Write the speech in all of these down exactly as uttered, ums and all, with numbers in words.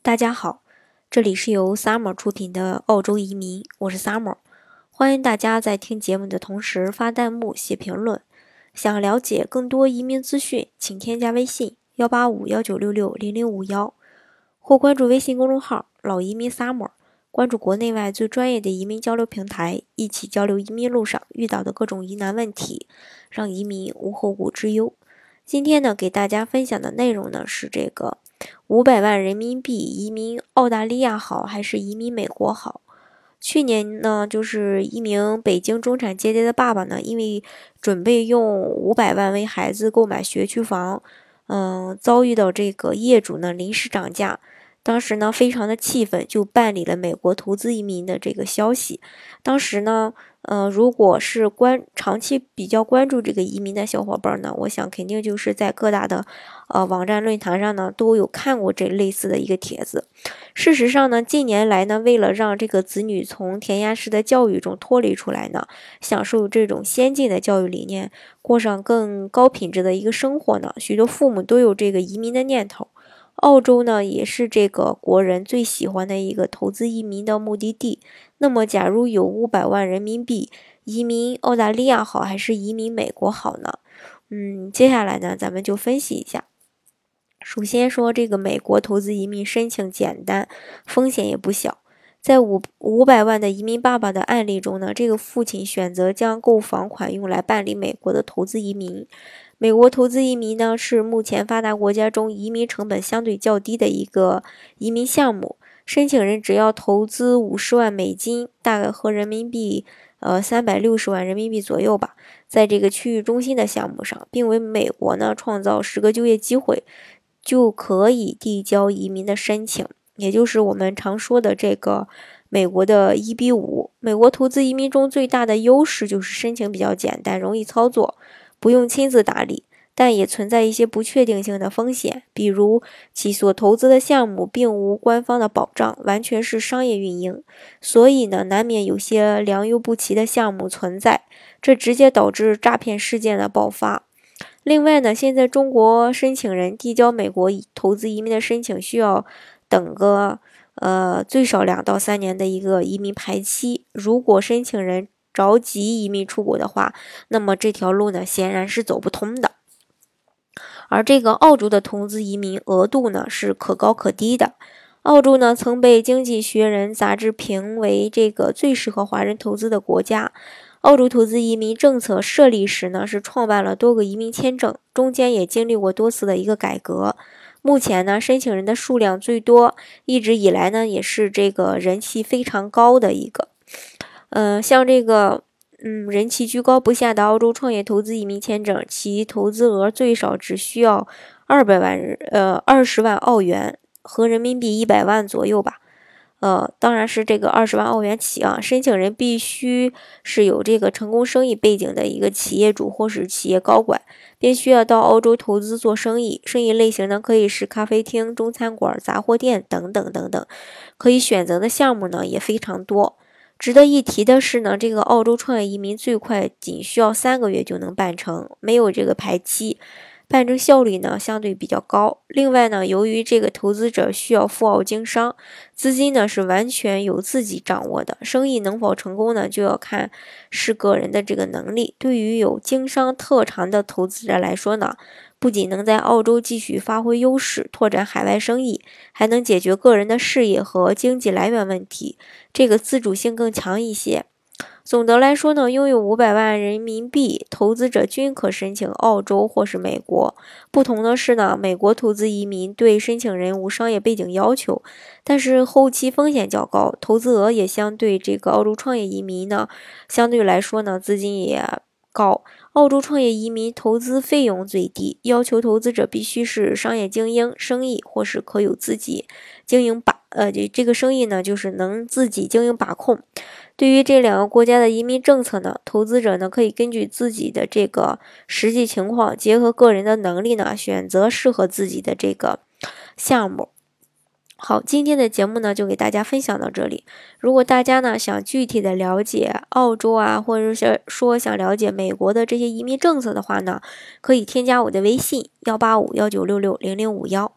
大家好，这里是由 Summer 出品的澳洲移民，我是 Summer， 欢迎大家在听节目的同时发弹幕、写评论。想了解更多移民资讯，请添加微信幺八五幺九六六零零五幺，或关注微信公众号老移民 Summer， 关注国内外最专业的移民交流平台，一起交流移民路上遇到的各种疑难问题，让移民无后顾之忧。今天呢，给大家分享的内容呢是这个五百万人民币移民澳大利亚好还是移民美国好？去年呢，就是一名北京中产阶级的爸爸呢，因为准备用五百万为孩子购买学区房，嗯，遭遇到这个业主呢临时涨价。当时呢，非常的气愤，就办理了美国投资移民的这个消息。当时呢，呃，如果是关长期比较关注这个移民的小伙伴呢，我想肯定就是在各大的呃网站论坛上呢都有看过这类似的一个帖子。事实上呢，近年来呢，为了让这个子女从填鸭式的教育中脱离出来呢，享受这种先进的教育理念，过上更高品质的一个生活呢，许多父母都有这个移民的念头。澳洲呢，也是这个国人最喜欢的一个投资移民的目的地。那么，假如有五百万人民币，移民澳大利亚好还是移民美国好呢？嗯，接下来呢，咱们就分析一下。首先说这个美国投资移民申请简单，风险也不小。在五五百万的移民爸爸的案例中呢，这个父亲选择将购房款用来办理美国的投资移民。美国投资移民呢，是目前发达国家中移民成本相对较低的一个移民项目。申请人只要投资五十万美金，大概合人民币呃三百六十万人民币左右吧，在这个区域中心的项目上，并为美国呢创造十个就业机会，就可以递交移民的申请，也就是我们常说的这个美国的一比五。美国投资移民中最大的优势就是申请比较简单，容易操作，不用亲自打理，但也存在一些不确定性的风险，比如其所投资的项目并无官方的保障，完全是商业运营，所以呢，难免有些良莠不齐的项目存在，这直接导致诈骗事件的爆发。另外呢，现在中国申请人递交美国投资移民的申请需要等个呃最少两到三年的一个移民排期。如果申请人着急移民出国的话，那么这条路呢显然是走不通的。而这个澳洲的投资移民额度呢是可高可低的。澳洲呢曾被《经济学人》杂志评为这个最适合华人投资的国家。澳洲投资移民政策设立时呢，是创办了多个移民签证，中间也经历过多次的一个改革。目前呢，申请人的数量最多，一直以来呢，也是这个人气非常高的一个。嗯、呃，像这个嗯人气居高不下的澳洲创业投资移民签证，其投资额最少只需要二百万呃二十万澳元，合人民币一百万左右吧。呃，当然是这个二十万澳元起啊，申请人必须是有这个成功生意背景的一个企业主或是企业高管，并需要到澳洲投资做生意。生意类型呢，可以是咖啡厅、中餐馆、杂货店等等等等。可以选择的项目呢也非常多。值得一提的是呢，这个澳洲创业移民最快仅需要三个月就能办成，没有这个排期。办证效率呢相对比较高。另外呢，由于这个投资者需要赴澳经商，资金呢是完全由自己掌握的，生意能否成功呢，就要看是个人的这个能力。对于有经商特长的投资者来说呢，不仅能在澳洲继续发挥优势，拓展海外生意，还能解决个人的事业和经济来源问题，这个自主性更强一些。总的来说呢，拥有五百万人民币，投资者均可申请澳洲或是美国。不同的是呢，美国投资移民对申请人无商业背景要求，但是后期风险较高，投资额也相对这个澳洲创业移民呢，相对来说呢，资金也高。澳洲创业移民投资费用最低，要求投资者必须是商业精英、生意或是可有自己经营把呃这个生意呢，就是能自己经营把控。对于这两个国家的移民政策呢，投资者呢可以根据自己的这个实际情况，结合个人的能力呢，选择适合自己的这个项目。好，今天的节目呢就给大家分享到这里。如果大家呢想具体的了解澳洲啊，或者是说想了解美国的这些移民政策的话呢，可以添加我的微信幺八五幺九六六零零五幺。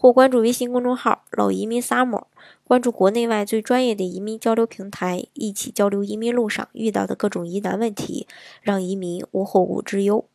或关注微信公众号老移民 Summer， 关注国内外最专业的移民交流平台，一起交流移民路上遇到的各种疑难问题，让移民无后顾之忧。